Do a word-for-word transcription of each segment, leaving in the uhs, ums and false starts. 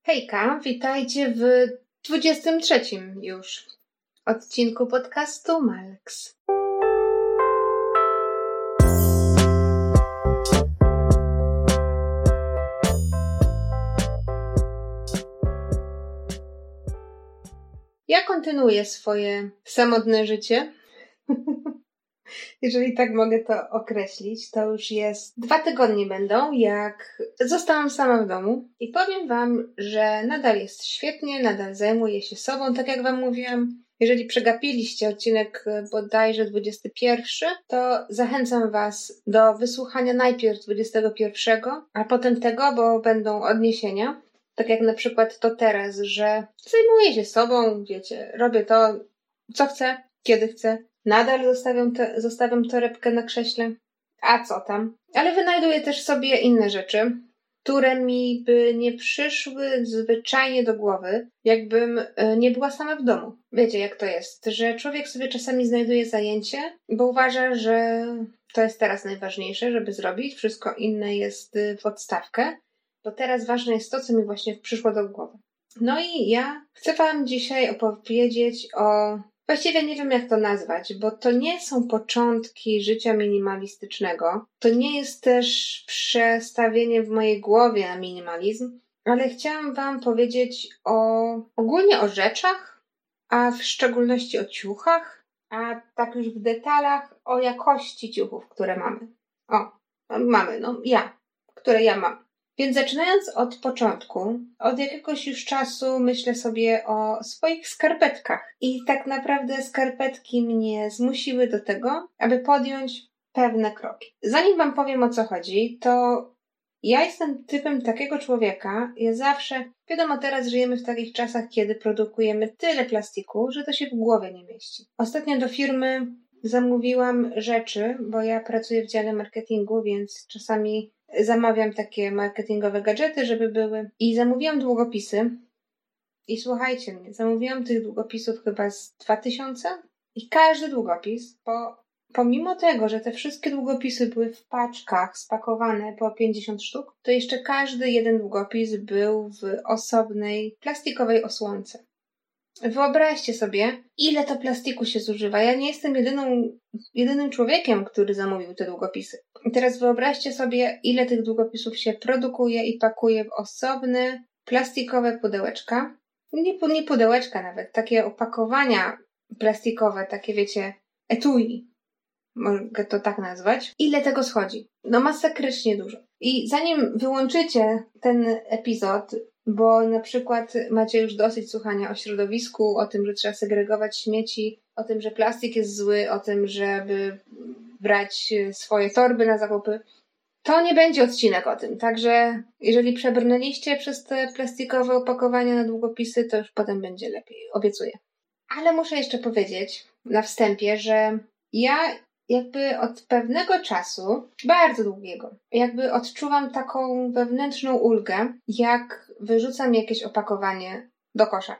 Hejka, witajcie w dwudziestym trzecim już odcinku podcastu Malks. Ja kontynuuję swoje samotne życie. Jeżeli tak mogę to określić, to już jest dwa tygodnie będą, jak zostałam sama w domu i powiem wam, że nadal jest świetnie, nadal zajmuję się sobą, tak jak wam mówiłam. Jeżeli przegapiliście odcinek bodajże dwudziesty pierwszy, to zachęcam was do wysłuchania najpierw dwudziestego pierwszego, a potem tego, bo będą odniesienia. Tak jak na przykład to teraz, że zajmuję się sobą, wiecie, robię to, co chcę, kiedy chcę. Nadal zostawiam, te, zostawiam torebkę na krześle. A co tam? Ale wynajduję też sobie inne rzeczy, które mi by nie przyszły zwyczajnie do głowy, jakbym nie była sama w domu. Wiecie, jak to jest, że człowiek sobie czasami znajduje zajęcie, bo uważa, że to jest teraz najważniejsze, żeby zrobić. Wszystko inne jest w odstawkę, bo teraz ważne jest to, co mi właśnie przyszło do głowy. No i ja chcę wam dzisiaj opowiedzieć o... Właściwie nie wiem, jak to nazwać, bo to nie są początki życia minimalistycznego. To nie jest też przestawienie w mojej głowie na minimalizm, ale chciałam wam powiedzieć o ogólnie o rzeczach, a w szczególności o ciuchach, a tak już w detalach o jakości ciuchów, które mamy. O, mamy, no ja, które ja mam. Więc zaczynając od początku, od jakiegoś już czasu myślę sobie o swoich skarpetkach. I tak naprawdę skarpetki mnie zmusiły do tego, aby podjąć pewne kroki. Zanim wam powiem, o co chodzi, to ja jestem typem takiego człowieka, ja zawsze, wiadomo, teraz żyjemy w takich czasach, kiedy produkujemy tyle plastiku, że to się w głowie nie mieści. Ostatnio do firmy zamówiłam rzeczy, bo ja pracuję w dziale marketingu, więc czasami zamawiam takie marketingowe gadżety, żeby były. I zamówiłam długopisy. I słuchajcie mnie, zamówiłam tych długopisów chyba z dwa tysiące. I każdy długopis, po, pomimo tego, że te wszystkie długopisy były w paczkach spakowane po pięćdziesiąt sztuk, to jeszcze każdy jeden długopis był w osobnej plastikowej osłonce. Wyobraźcie sobie, ile to plastiku się zużywa. Ja nie jestem jedyną, jedynym człowiekiem, który zamówił te długopisy. I teraz wyobraźcie sobie, ile tych długopisów się produkuje i pakuje w osobne plastikowe pudełeczka. Nie, nie pudełeczka nawet, takie opakowania plastikowe, takie wiecie, etui. Mogę to tak nazwać. Ile tego schodzi? No masakrycznie dużo. I zanim wyłączycie ten epizod, bo na przykład macie już dosyć słuchania o środowisku, o tym, że trzeba segregować śmieci, o tym, że plastik jest zły, o tym, żeby brać swoje torby na zakupy, to nie będzie odcinek o tym. Także jeżeli przebrnęliście przez te plastikowe opakowania na długopisy, to już potem będzie lepiej, obiecuję. Ale muszę jeszcze powiedzieć na wstępie, że ja jakby od pewnego czasu, bardzo długiego, jakby odczuwam taką wewnętrzną ulgę, jak wyrzucam jakieś opakowanie do kosza.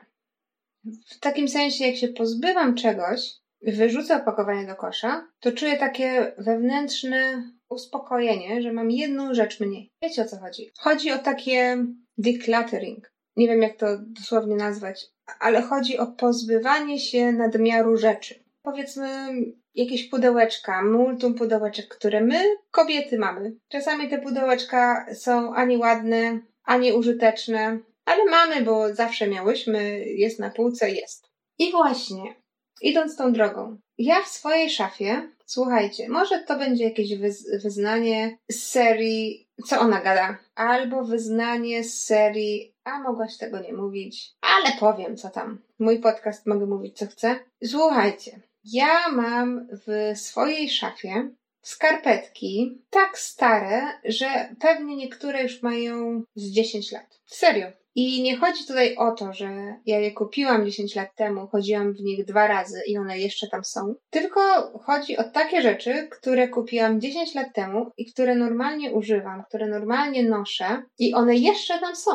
W takim sensie, jak się pozbywam czegoś, wyrzucę opakowanie do kosza, to czuję takie wewnętrzne uspokojenie, że mam jedną rzecz mniej. Wiecie, o co chodzi? Chodzi o takie decluttering. Nie wiem, jak to dosłownie nazwać, ale chodzi o pozbywanie się nadmiaru rzeczy. Powiedzmy jakieś pudełeczka, multum pudełeczek, które my, kobiety, mamy. Czasami te pudełeczka są ani ładne, ani użyteczne, ale mamy, bo zawsze miałyśmy, jest na półce, jest. I właśnie, idąc tą drogą, ja w swojej szafie, słuchajcie, może to będzie jakieś wyz- wyznanie z serii co ona gada, albo wyznanie z serii a mogłaś tego nie mówić, ale powiem co tam. Mój podcast mogę mówić co chcę. Słuchajcie, ja mam w swojej szafie skarpetki tak stare, że pewnie niektóre już mają z dziesięć lat. Serio. I nie chodzi tutaj o to, że ja je kupiłam dziesięć lat temu, chodziłam w nich dwa razy i one jeszcze tam są, tylko chodzi o takie rzeczy, które kupiłam dziesięć lat temu i które normalnie używam, które normalnie noszę i one jeszcze tam są.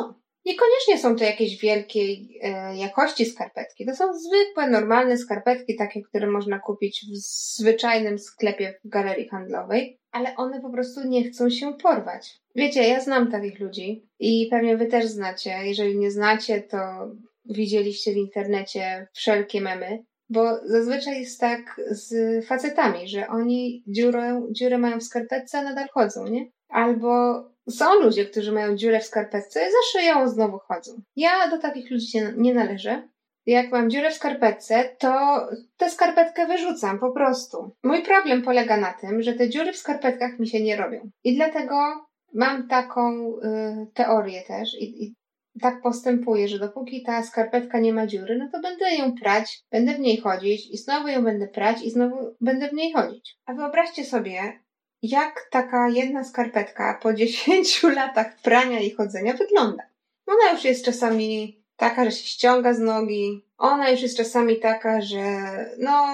Niekoniecznie są to jakieś wielkiej e, jakości skarpetki. To są zwykłe, normalne skarpetki, takie, które można kupić w zwyczajnym sklepie w galerii handlowej, ale one po prostu nie chcą się porwać. Wiecie, ja znam takich ludzi i pewnie wy też znacie. Jeżeli nie znacie, to widzieliście w internecie wszelkie memy, bo zazwyczaj jest tak z facetami, że oni dziurę, dziurę mają w skarpetce, a nadal chodzą, nie? Albo są ludzie, którzy mają dziurę w skarpetce i zaszyją, znowu chodzą. Ja do takich ludzi nie, nie należę. Jak mam dziurę w skarpetce, to tę skarpetkę wyrzucam po prostu. Mój problem polega na tym, że te dziury w skarpetkach mi się nie robią. I dlatego mam taką y, teorię też i, i tak postępuję, że dopóki ta skarpetka nie ma dziury, no to będę ją prać, będę w niej chodzić i znowu ją będę prać i znowu będę w niej chodzić. A wyobraźcie sobie, jak taka jedna skarpetka po dziesięciu latach prania i chodzenia wygląda. Ona już jest czasami taka, że się ściąga z nogi. Ona już jest czasami taka, że no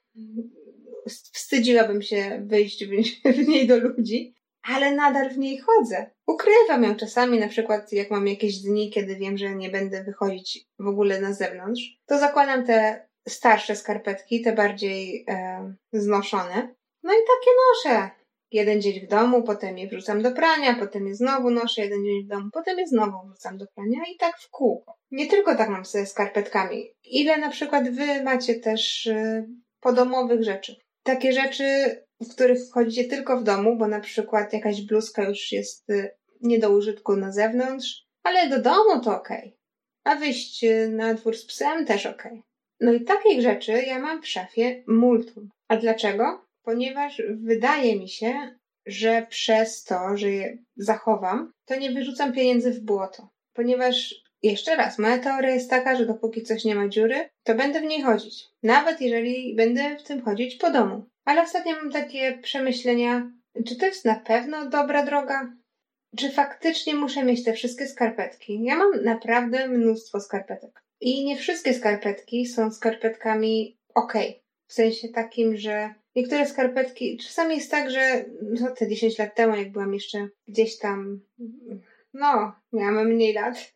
wstydziłabym się wyjść w niej do ludzi, ale nadal w niej chodzę. Ukrywam ją czasami, na przykład jak mam jakieś dni, kiedy wiem, że nie będę wychodzić w ogóle na zewnątrz, to zakładam te starsze skarpetki, te bardziej e, znoszone. No i takie noszę. Jeden dzień w domu, potem je wrzucam do prania, potem je znowu noszę, jeden dzień w domu, potem je znowu wrzucam do prania i tak w kółko. Nie tylko tak mam ze skarpetkami. Ile na przykład wy macie też y, podomowych rzeczy? Takie rzeczy, w których wchodzicie tylko w domu, bo na przykład jakaś bluzka już jest y, nie do użytku na zewnątrz, ale do domu to okej. Okay. A wyjść na dwór z psem też okej. Okay. No i takich rzeczy ja mam w szafie multum. A dlaczego? Ponieważ wydaje mi się, że przez to, że je zachowam, to nie wyrzucam pieniędzy w błoto. Ponieważ, jeszcze raz, moja teoria jest taka, że dopóki coś nie ma dziury, to będę w niej chodzić. Nawet jeżeli będę w tym chodzić po domu. Ale ostatnio mam takie przemyślenia, czy to jest na pewno dobra droga? Czy faktycznie muszę mieć te wszystkie skarpetki? Ja mam naprawdę mnóstwo skarpetek. I nie wszystkie skarpetki są skarpetkami okej. Okay. W sensie takim, że niektóre skarpetki, czasami jest tak, że no, te dziesięć lat temu, jak byłam jeszcze gdzieś tam, no, miałam mniej lat,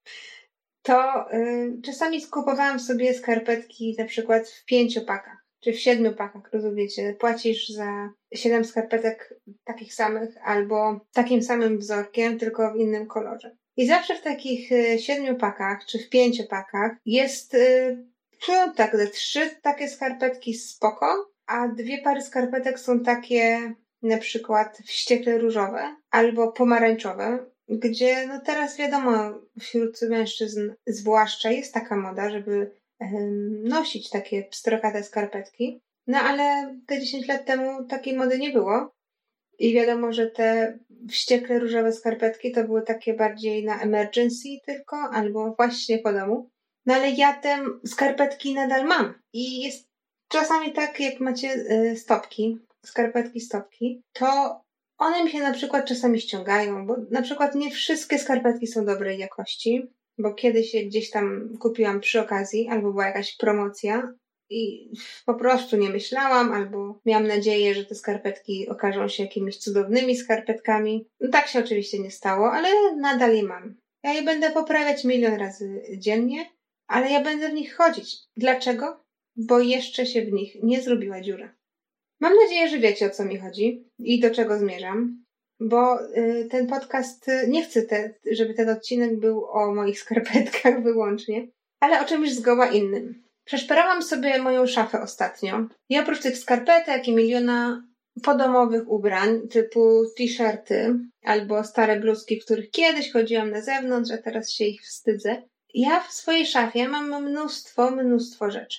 to y, czasami skupowałam sobie skarpetki na przykład w pięciu pakach, czy w siedmiu pakach, rozumiecie? Płacisz za siedem skarpetek takich samych albo takim samym wzorkiem, tylko w innym kolorze. I zawsze w takich y, siedmiu pakach, czy w pięciu pakach jest y, tak, ze trzy takie skarpetki spoko, a dwie pary skarpetek są takie na przykład wściekle różowe albo pomarańczowe, gdzie no teraz wiadomo, wśród mężczyzn zwłaszcza jest taka moda, żeby um, nosić takie pstrokate skarpetki. No ale te dziesięć lat temu takiej mody nie było. I wiadomo, że te wściekle różowe skarpetki to były takie bardziej na emergency tylko, albo właśnie po domu. No ale ja te skarpetki nadal mam. I jest czasami tak, jak macie y, stopki, skarpetki stopki, to one mi się na przykład czasami ściągają, bo na przykład nie wszystkie skarpetki są dobrej jakości, bo kiedyś je gdzieś tam kupiłam przy okazji, albo była jakaś promocja i po prostu nie myślałam, albo miałam nadzieję, że te skarpetki okażą się jakimiś cudownymi skarpetkami. No tak się oczywiście nie stało, ale nadal je mam. Ja je będę poprawiać milion razy dziennie, ale ja będę w nich chodzić. Dlaczego? Bo jeszcze się w nich nie zrobiła dziura. Mam nadzieję, że wiecie, o co mi chodzi i do czego zmierzam, bo y, ten podcast, y, nie chcę, te, żeby ten odcinek był o moich skarpetkach wyłącznie, ale o czymś zgoła innym. Przeszperałam sobie moją szafę ostatnio i oprócz tych skarpetek i miliona podomowych ubrań typu t-shirty albo stare bluzki, w których kiedyś chodziłam na zewnątrz, a teraz się ich wstydzę, ja w swojej szafie mam mnóstwo, mnóstwo rzeczy.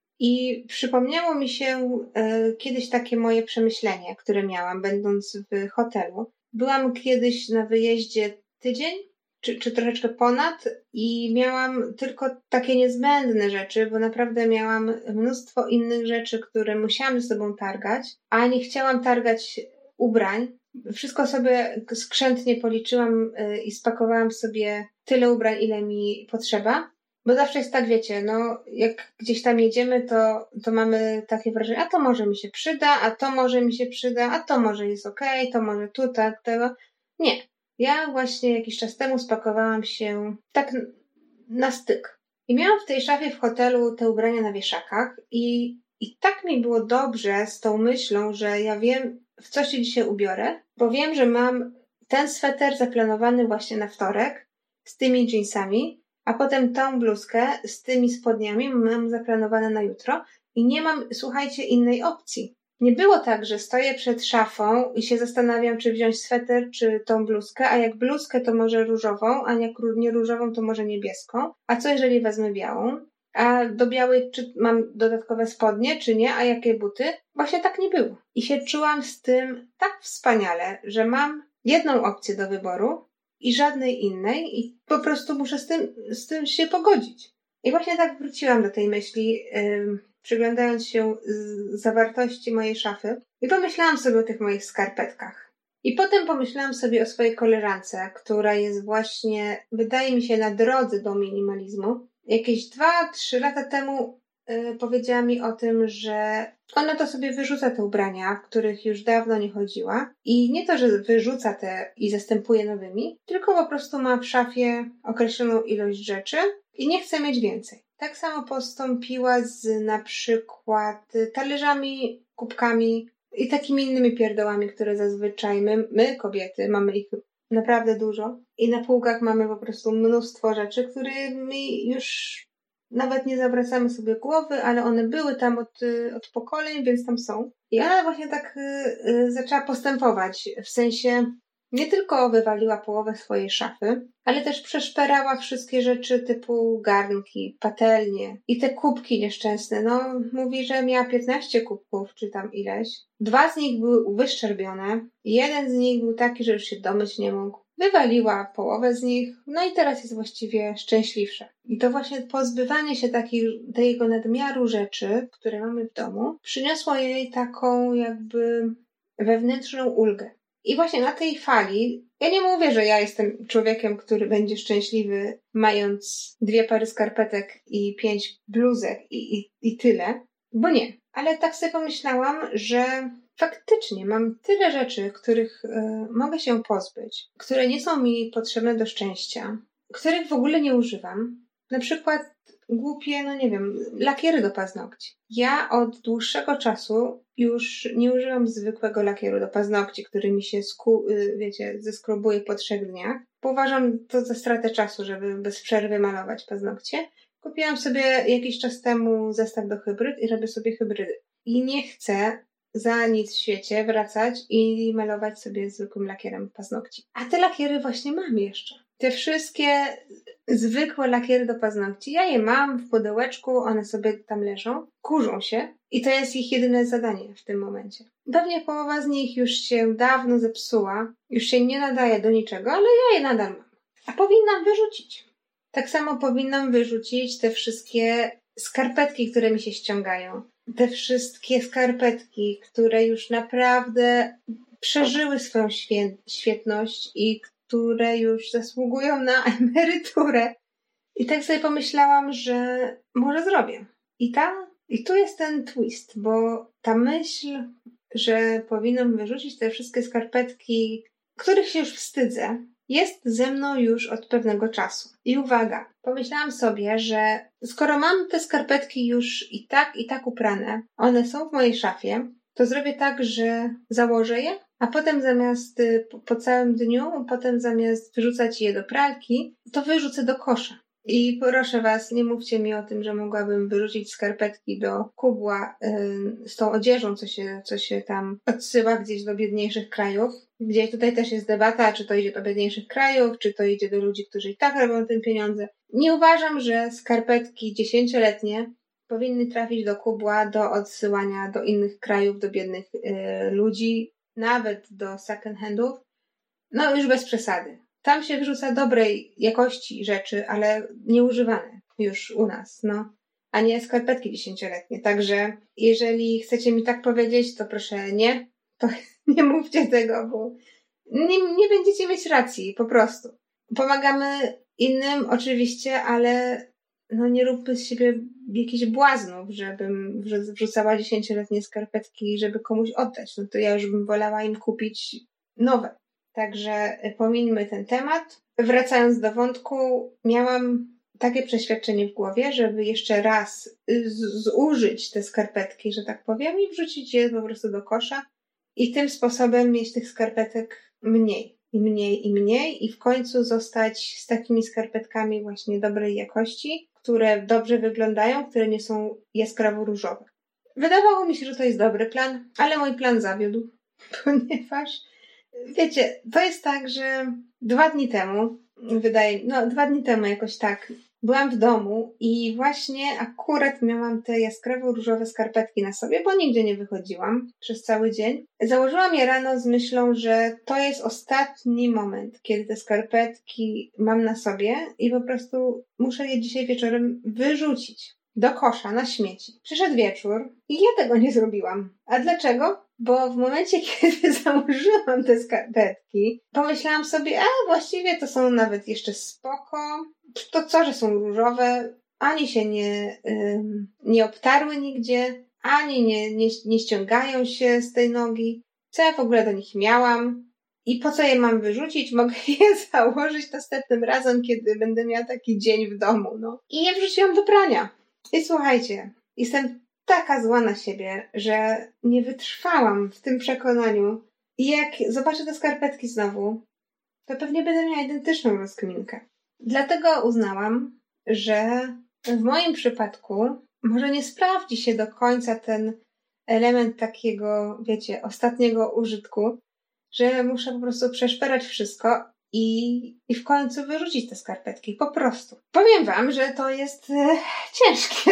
I przypomniało mi się e, kiedyś takie moje przemyślenie, które miałam będąc w hotelu. Byłam kiedyś na wyjeździe tydzień, czy, czy troszeczkę ponad i miałam tylko takie niezbędne rzeczy, bo naprawdę miałam mnóstwo innych rzeczy, które musiałam ze sobą targać, a nie chciałam targać ubrań. Wszystko sobie skrzętnie policzyłam y, i spakowałam sobie tyle ubrań, ile mi potrzeba. Bo zawsze jest tak, wiecie, no jak gdzieś tam jedziemy, to, to mamy takie wrażenie, a to może mi się przyda, a to może mi się przyda, a to może jest okej, okay, to może tu, tak, tego. Nie. Ja właśnie jakiś czas temu spakowałam się tak na styk. I miałam w tej szafie w hotelu te ubrania na wieszakach i, i tak mi było dobrze z tą myślą, że ja wiem, w co się dzisiaj ubiorę, bo wiem, że mam ten sweter zaplanowany właśnie na wtorek z tymi jeansami, a potem tą bluzkę z tymi spodniami mam zaplanowane na jutro i nie mam, słuchajcie, innej opcji. Nie było tak, że stoję przed szafą i się zastanawiam, czy wziąć sweter, czy tą bluzkę, a jak bluzkę to może różową, a jak nie różową to może niebieską. A co jeżeli wezmę białą? A do białej czy mam dodatkowe spodnie, czy nie? A jakie buty? Właśnie tak nie było. I się czułam z tym tak wspaniale, że mam jedną opcję do wyboru i żadnej innej i po prostu muszę z tym, z tym się pogodzić. I właśnie tak wróciłam do tej myśli, yy, przyglądając się z zawartości mojej szafy i pomyślałam sobie o tych moich skarpetkach. I potem pomyślałam sobie o swojej koleżance, która jest właśnie, wydaje mi się, na drodze do minimalizmu. Jakieś dwa, trzy lata temu yy, powiedziała mi o tym, że ona to sobie wyrzuca te ubrania, w których już dawno nie chodziła. I nie to, że wyrzuca te i zastępuje nowymi, tylko po prostu ma w szafie określoną ilość rzeczy i nie chce mieć więcej. Tak samo postąpiła z na przykład talerzami, kubkami i takimi innymi pierdołami, które zazwyczaj my, my kobiety, mamy ich naprawdę dużo i na półkach mamy po prostu mnóstwo rzeczy, którymi już nawet nie zawracamy sobie głowy, ale one były tam od, od pokoleń, więc tam są. I ona właśnie tak y, y, zaczęła postępować, w sensie nie tylko wywaliła połowę swojej szafy, ale też przeszperała wszystkie rzeczy typu garnki, patelnie i te kubki nieszczęsne. No, mówi, że miała piętnaście kubków, czy tam ileś. Dwa z nich były uwyszczerbione. Jeden z nich był taki, że już się domyć nie mógł. Wywaliła połowę z nich, no i teraz jest właściwie szczęśliwsza. I to właśnie pozbywanie się takich, tego nadmiaru rzeczy, które mamy w domu, przyniosło jej taką jakby wewnętrzną ulgę. I właśnie na tej fali, ja nie mówię, że ja jestem człowiekiem, który będzie szczęśliwy mając dwie pary skarpetek i pięć bluzek i, i, i tyle, bo nie. Ale tak sobie pomyślałam, że faktycznie mam tyle rzeczy, których y, mogę się pozbyć, które nie są mi potrzebne do szczęścia, których w ogóle nie używam. Na przykład głupie, no nie wiem, lakiery do paznokci. Ja od dłuższego czasu już nie używam zwykłego lakieru do paznokci, który mi się, sku, wiecie, zeskrobuje po trzech dniach, bo uważam to za stratę czasu, żeby bez przerwy malować paznokcie. Kupiłam sobie jakiś czas temu zestaw do hybryd i robię sobie hybrydy. I nie chcę za nic w świecie wracać i malować sobie zwykłym lakierem paznokci. A te lakiery właśnie mam jeszcze. Te wszystkie zwykłe lakiery do paznokci, ja je mam w pudełeczku, one sobie tam leżą, kurzą się i to jest ich jedyne zadanie w tym momencie. Pewnie połowa z nich już się dawno zepsuła, już się nie nadaje do niczego, ale ja je nadal mam. A powinnam wyrzucić. Tak samo powinnam wyrzucić te wszystkie skarpetki, które mi się ściągają. Te wszystkie skarpetki, które już naprawdę przeżyły swoją świę- świetność i które już zasługują na emeryturę. I tak sobie pomyślałam, że może zrobię. I ta, i tu jest ten twist, bo ta myśl, że powinnam wyrzucić te wszystkie skarpetki, których się już wstydzę, jest ze mną już od pewnego czasu. I uwaga, pomyślałam sobie, że skoro mam te skarpetki już i tak, i tak uprane, one są w mojej szafie, to zrobię tak, że założę je, a potem zamiast po, po całym dniu, potem zamiast wyrzucać je do pralki, to wyrzucę do kosza. I proszę was, nie mówcie mi o tym, że mogłabym wyrzucić skarpetki do kubła yy, z tą odzieżą, co się, co się tam odsyła gdzieś do biedniejszych krajów. Gdzie tutaj też jest debata, czy to idzie do biedniejszych krajów, czy to idzie do ludzi, którzy i tak robią tym pieniądze. Nie uważam, że skarpetki dziesięcioletnie powinny trafić do kubła do odsyłania do innych krajów, do biednych yy, ludzi, nawet do second handów. No już bez przesady. Tam się wyrzuca dobrej jakości rzeczy, ale nieużywane już u nas, no. A nie skarpetki dziesięcioletnie. Także jeżeli chcecie mi tak powiedzieć, to proszę nie. To nie mówcie tego, bo nie, nie będziecie mieć racji, po prostu. Pomagamy innym oczywiście, ale no nie róbmy z siebie jakichś błaznów, żebym wrzucała dziesięcioletnie skarpetki, żeby komuś oddać. No to ja już bym wolała im kupić nowe. Także pomińmy ten temat. Wracając do wątku, miałam takie przeświadczenie w głowie, żeby jeszcze raz z- zużyć te skarpetki, że tak powiem, i wrzucić je po prostu do kosza i tym sposobem mieć tych skarpetek mniej i mniej i mniej i w końcu zostać z takimi skarpetkami właśnie dobrej jakości, które dobrze wyglądają, które nie są jaskrawo różowe. Wydawało mi się, że to jest dobry plan, ale mój plan zawiódł, ponieważ wiecie, to jest tak, że dwa dni temu, wydaje mi, no dwa dni temu jakoś tak, byłam w domu i właśnie akurat miałam te jaskrawo różowe skarpetki na sobie, bo nigdzie nie wychodziłam przez cały dzień. Założyłam je rano z myślą, że to jest ostatni moment, kiedy te skarpetki mam na sobie i po prostu muszę je dzisiaj wieczorem wyrzucić do kosza na śmieci. Przyszedł wieczór i ja tego nie zrobiłam. A dlaczego? Bo w momencie, kiedy założyłam te skarpetki, pomyślałam sobie, a właściwie to są nawet jeszcze spoko. To co, że są różowe, ani się nie, ym, nie obtarły nigdzie, ani nie, nie, nie ściągają się z tej nogi. Co ja w ogóle do nich miałam? I po co je mam wyrzucić? Mogę je założyć następnym razem, kiedy będę miała taki dzień w domu. No. I je wrzuciłam do prania. I słuchajcie, jestem taka zła na siebie, że nie wytrwałam w tym przekonaniu. I jak zobaczę te skarpetki znowu, to pewnie będę miała identyczną rozkminkę. Dlatego uznałam, że w moim przypadku może nie sprawdzi się do końca ten element takiego, wiecie, ostatniego użytku, że muszę po prostu przeszperać wszystko i, i w końcu wyrzucić te skarpetki. Po prostu. Powiem wam, że to jest e, ciężkie.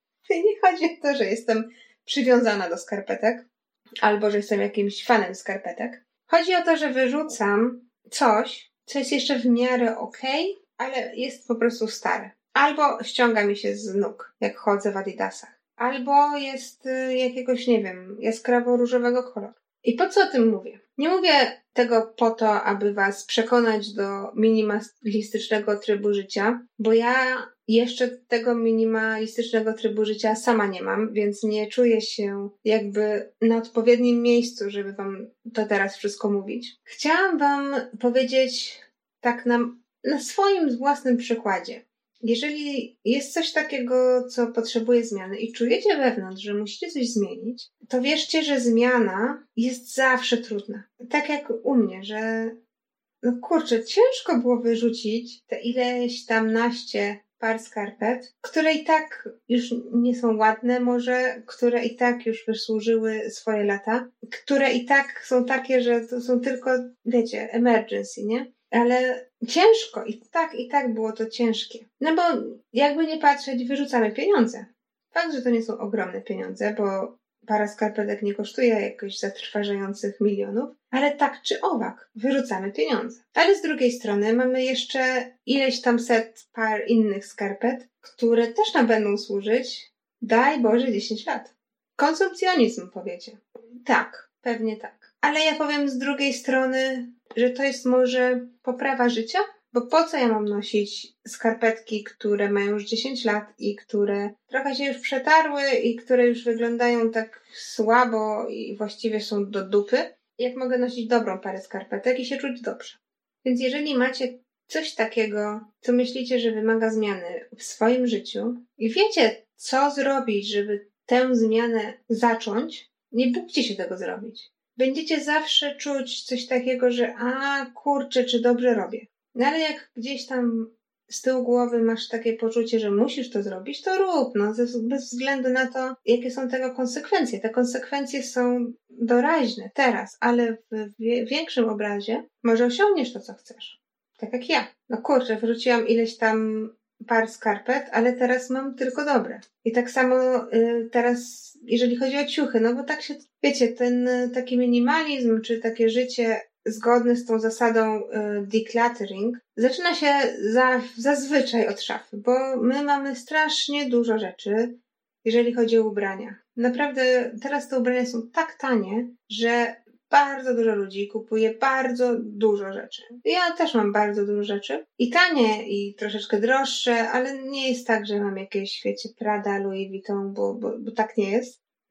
I nie chodzi o to, że jestem przywiązana do skarpetek albo że jestem jakimś fanem skarpetek. Chodzi o to, że wyrzucam coś, co jest jeszcze w miarę okej, ale jest po prostu stare. Albo ściąga mi się z nóg, jak chodzę w adidasach. Albo jest y, jakiegoś, nie wiem, jaskrawo różowego koloru. I po co o tym mówię? Nie mówię tego po to, aby was przekonać do minimalistycznego trybu życia, bo ja jeszcze tego minimalistycznego trybu życia sama nie mam, więc nie czuję się jakby na odpowiednim miejscu, żeby wam to teraz wszystko mówić. Chciałam wam powiedzieć tak na, na swoim własnym przykładzie. Jeżeli jest coś takiego, co potrzebuje zmiany i czujecie wewnątrz, że musicie coś zmienić, to wierzcie, że zmiana jest zawsze trudna. Tak jak u mnie, że no kurczę, ciężko było wyrzucić te ileś tam naście par skarpet, które i tak już nie są ładne może, które i tak już wysłużyły swoje lata, które i tak są takie, że to są tylko, wiecie, emergency, nie? Ale ciężko i tak, i tak było to ciężkie. No bo jakby nie patrzeć, wyrzucamy pieniądze. Fakt, że to nie są ogromne pieniądze, bo para skarpetek nie kosztuje jakoś zatrważających milionów, ale tak czy owak, wyrzucamy pieniądze. Ale z drugiej strony mamy jeszcze ileś tam set par innych skarpet, które też nam będą służyć, daj Boże, dziesięć lat. Konsumpcjonizm, powiecie. Tak, pewnie tak. Ale ja powiem z drugiej strony, że to jest może poprawa życia, bo po co ja mam nosić skarpetki, które mają już dziesięć lat i które trochę się już przetarły i które już wyglądają tak słabo i właściwie są do dupy, jak mogę nosić dobrą parę skarpetek i się czuć dobrze. Więc jeżeli macie coś takiego, co myślicie, że wymaga zmiany w swoim życiu i wiecie, co zrobić, żeby tę zmianę zacząć, nie bójcie się tego zrobić. Będziecie zawsze czuć coś takiego, że a kurczę, czy dobrze robię. No ale jak gdzieś tam z tyłu głowy masz takie poczucie, że musisz to zrobić, to rób, no, bez względu na to, jakie są tego konsekwencje. Te konsekwencje są doraźne teraz, ale w większym obrazie może osiągniesz to, co chcesz. Tak jak ja. No kurczę, wyrzuciłam ileś tam par skarpet, ale teraz mam tylko dobre. I tak samo y, teraz, jeżeli chodzi o ciuchy, no bo tak się, wiecie, ten y, taki minimalizm, czy takie życie zgodne z tą zasadą y, decluttering, zaczyna się za, zazwyczaj od szafy, bo my mamy strasznie dużo rzeczy, jeżeli chodzi o ubrania. Naprawdę teraz te ubrania są tak tanie, że bardzo dużo ludzi kupuje bardzo dużo rzeczy. Ja też mam bardzo dużo rzeczy. I tanie, i troszeczkę droższe, ale nie jest tak, że mam jakieś, wiecie, Prada, Louis Vuitton, bo, bo, bo tak nie jest.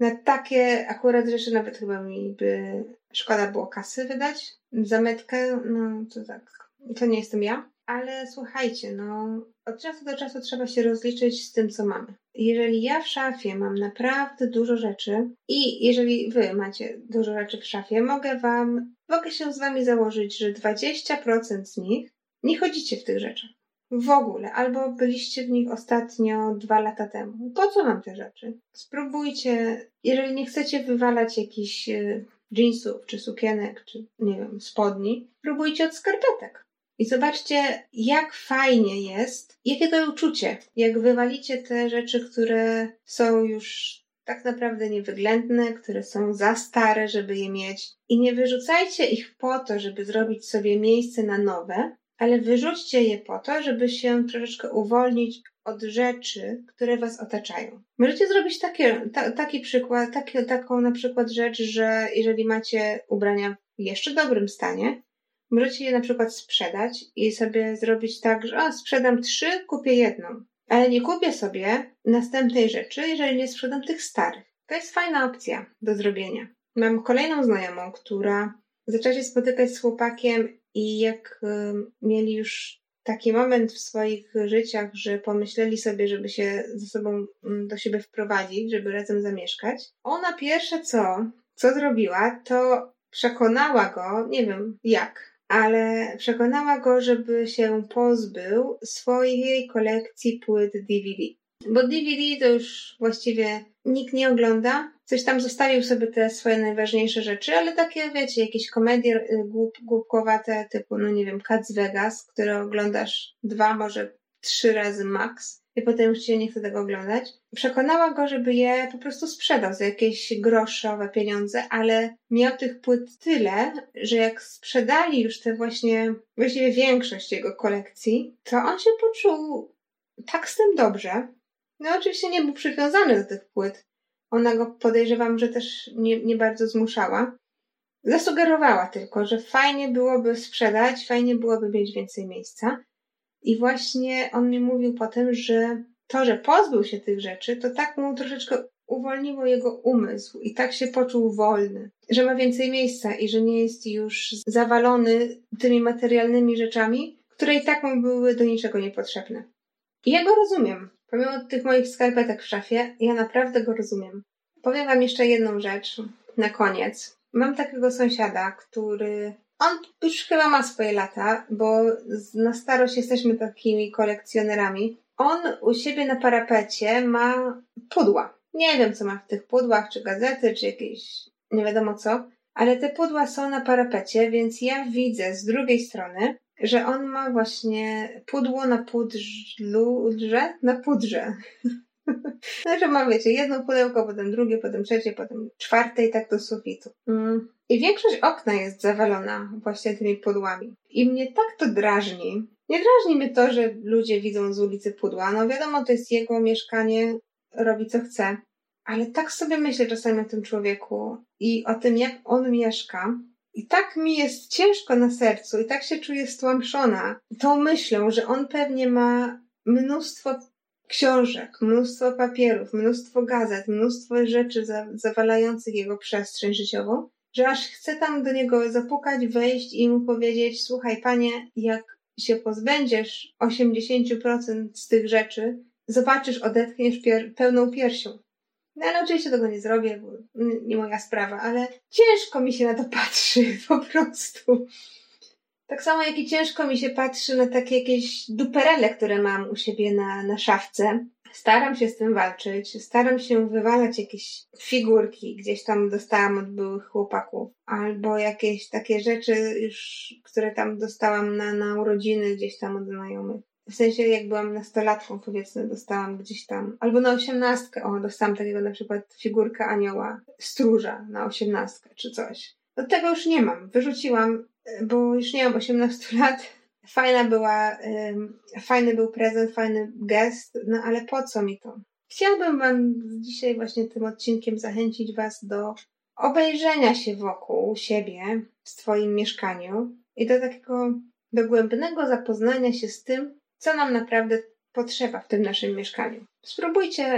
Na takie akurat rzeczy nawet chyba mi by szkoda było kasy wydać. Za metkę, no to tak, to nie jestem ja. Ale słuchajcie, no od czasu do czasu trzeba się rozliczyć z tym, co mamy. Jeżeli ja w szafie mam naprawdę dużo rzeczy i jeżeli wy macie dużo rzeczy w szafie, mogę wam, mogę się z wami założyć, że dwadzieścia procent z nich nie chodzicie w tych rzeczach. W ogóle. Albo byliście w nich ostatnio dwa lata temu. Po co wam te rzeczy? Spróbujcie, jeżeli nie chcecie wywalać jakichś y, jeansów, czy sukienek, czy nie wiem, spodni, spróbujcie od skarpetek. I zobaczcie, jak fajnie jest, jakie to uczucie, jak wywalicie te rzeczy, które są już tak naprawdę niewyględne, które są za stare, żeby je mieć. I nie wyrzucajcie ich po to, żeby zrobić sobie miejsce na nowe, ale wyrzućcie je po to, żeby się troszeczkę uwolnić od rzeczy, które was otaczają. Możecie zrobić takie, ta, taki przykład, taki, taką na przykład rzecz, że jeżeli macie ubrania w jeszcze dobrym stanie, możecie je na przykład sprzedać i sobie zrobić tak, że o, sprzedam trzy, kupię jedną. Ale nie kupię sobie następnej rzeczy, jeżeli nie sprzedam tych starych. To jest fajna opcja do zrobienia. Mam kolejną znajomą, która zaczęła się spotykać z chłopakiem i jak y, mieli już taki moment w swoich życiach, że pomyśleli sobie, żeby się ze sobą y, do siebie wprowadzić, żeby razem zamieszkać, ona pierwsze co, co zrobiła, to przekonała go, nie wiem jak, ale przekonała go, żeby się pozbył swojej kolekcji płyt D V D. Bo D V D to już właściwie nikt nie ogląda. Coś tam zostawił sobie te swoje najważniejsze rzeczy, ale takie, wiecie, jakieś komedie głup, głupkowate typu, no nie wiem, Cats Vegas, które oglądasz dwa, może trzy razy max i potem już ci nie chce tego oglądać. Przekonała go, żeby je po prostu sprzedał za jakieś groszowe pieniądze, ale miał tych płyt tyle, że jak sprzedali już te właśnie, właściwie większość jego kolekcji, to on się poczuł tak z tym dobrze. No oczywiście nie był przywiązany do tych płyt. Ona go, podejrzewam, że też nie, nie bardzo zmuszała. Zasugerowała tylko, że fajnie byłoby sprzedać, fajnie byłoby mieć więcej miejsca. I właśnie on mi mówił potem, że to, że pozbył się tych rzeczy, to tak mu troszeczkę uwolniło jego umysł i tak się poczuł wolny, że ma więcej miejsca i że nie jest już zawalony tymi materialnymi rzeczami, które i tak mu były do niczego niepotrzebne. I ja go rozumiem. Pomimo tych moich skarpetek w szafie, ja naprawdę go rozumiem. Powiem wam jeszcze jedną rzecz na koniec. Mam takiego sąsiada, który... On już chyba ma swoje lata, bo na starość jesteśmy takimi kolekcjonerami. On u siebie na parapecie ma pudła. Nie wiem, co ma w tych pudłach, czy gazety, czy jakieś nie wiadomo co, ale te pudła są na parapecie, więc ja widzę z drugiej strony, że on ma właśnie pudło na pudrze, na pudrze. Znaczy ma, wiecie, jedno pudełko, potem drugie, potem trzecie, potem czwarte i tak do sufitu. Mm. I większość okna jest zawalona właśnie tymi pudłami. I mnie tak to drażni. Nie drażni mnie to, że ludzie widzą z ulicy pudła. No wiadomo, to jest jego mieszkanie, robi co chce. Ale tak sobie myślę czasami o tym człowieku i o tym, jak on mieszka. I tak mi jest ciężko na sercu i tak się czuję stłamszona tą myślą, że on pewnie ma mnóstwo książek, mnóstwo papierów, mnóstwo gazet, mnóstwo rzeczy za, zawalających jego przestrzeń życiową, że aż chcę tam do niego zapukać, wejść i mu powiedzieć: słuchaj panie, jak się pozbędziesz osiemdziesiąt procent z tych rzeczy, zobaczysz, odetchniesz pier- pełną piersią. No ale oczywiście tego nie zrobię, bo nie moja sprawa, ale ciężko mi się na to patrzy, po prostu. Tak samo jak i ciężko mi się patrzy na takie jakieś duperele, które mam u siebie na, na szafce. Staram się z tym walczyć, staram się wywalać jakieś figurki, gdzieś tam dostałam od byłych chłopaków, albo jakieś takie rzeczy już, które tam dostałam na, na urodziny gdzieś tam od znajomych. W sensie, jak byłam nastolatką, powiedzmy, dostałam gdzieś tam, albo na osiemnastkę, o, dostałam takiego na przykład figurkę anioła, stróża na osiemnastkę, czy coś. Do tego już nie mam, wyrzuciłam, bo już nie mam osiemnastu lat. Fajna była, um, fajny był prezent, fajny gest, no ale po co mi to? Chciałabym wam dzisiaj właśnie tym odcinkiem zachęcić was do obejrzenia się wokół siebie w swoim mieszkaniu i do takiego dogłębnego zapoznania się z tym, co nam naprawdę potrzeba w tym naszym mieszkaniu. Spróbujcie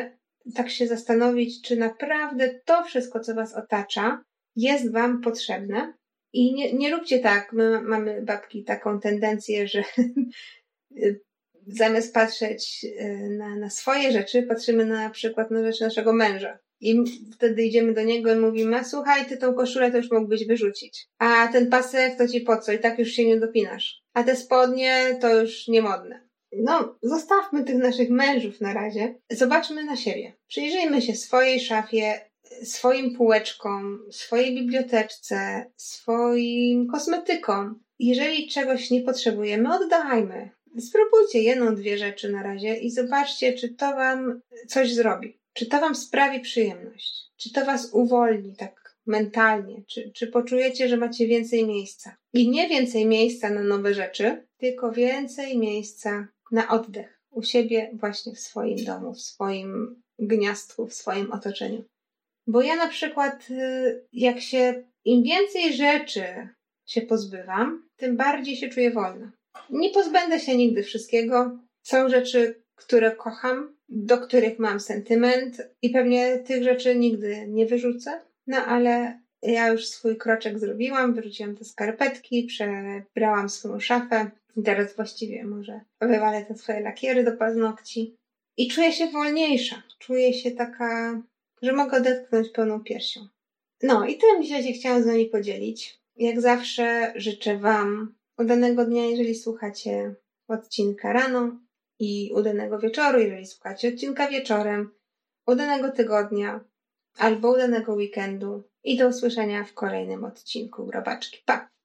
tak się zastanowić, czy naprawdę to wszystko, co was otacza, jest wam potrzebne. I nie, nie róbcie tak. My mamy, babki, taką tendencję, że zamiast patrzeć na, na swoje rzeczy, patrzymy na przykład na rzeczy naszego męża. I wtedy idziemy do niego i mówimy: a słuchaj, ty tą koszulę to już mógłbyś wyrzucić. A ten pasek to ci po co? I tak już się nie dopinasz. A te spodnie to już niemodne. No, zostawmy tych naszych mężów na razie. Zobaczmy na siebie. Przyjrzyjmy się swojej szafie, swoim półeczkom, swojej biblioteczce, swoim kosmetykom. Jeżeli czegoś nie potrzebujemy, oddajmy. Spróbujcie jedną, dwie rzeczy na razie i zobaczcie, czy to wam coś zrobi. Czy to wam sprawi przyjemność? Czy to was uwolni tak mentalnie? Czy, czy poczujecie, że macie więcej miejsca? I nie więcej miejsca na nowe rzeczy, tylko więcej miejsca na oddech. U siebie właśnie w swoim domu, w swoim gniazdku, w swoim otoczeniu. Bo ja na przykład, jak się, im więcej rzeczy się pozbywam, tym bardziej się czuję wolna. Nie pozbędę się nigdy wszystkiego. Są rzeczy, które kocham, do których mam sentyment i pewnie tych rzeczy nigdy nie wyrzucę. No ale ja już swój kroczek zrobiłam, wyrzuciłam te skarpetki, przebrałam swoją szafę i teraz właściwie może wywalę te swoje lakiery do paznokci. I czuję się wolniejsza. Czuję się taka, że mogę odetchnąć pełną piersią. No i tym dzisiaj się chciałam z wami podzielić. Jak zawsze życzę wam udanego dnia, jeżeli słuchacie odcinka rano, i udanego wieczoru, jeżeli słuchacie odcinka wieczorem, udanego tygodnia albo udanego weekendu i do usłyszenia w kolejnym odcinku Grobaczki. Pa!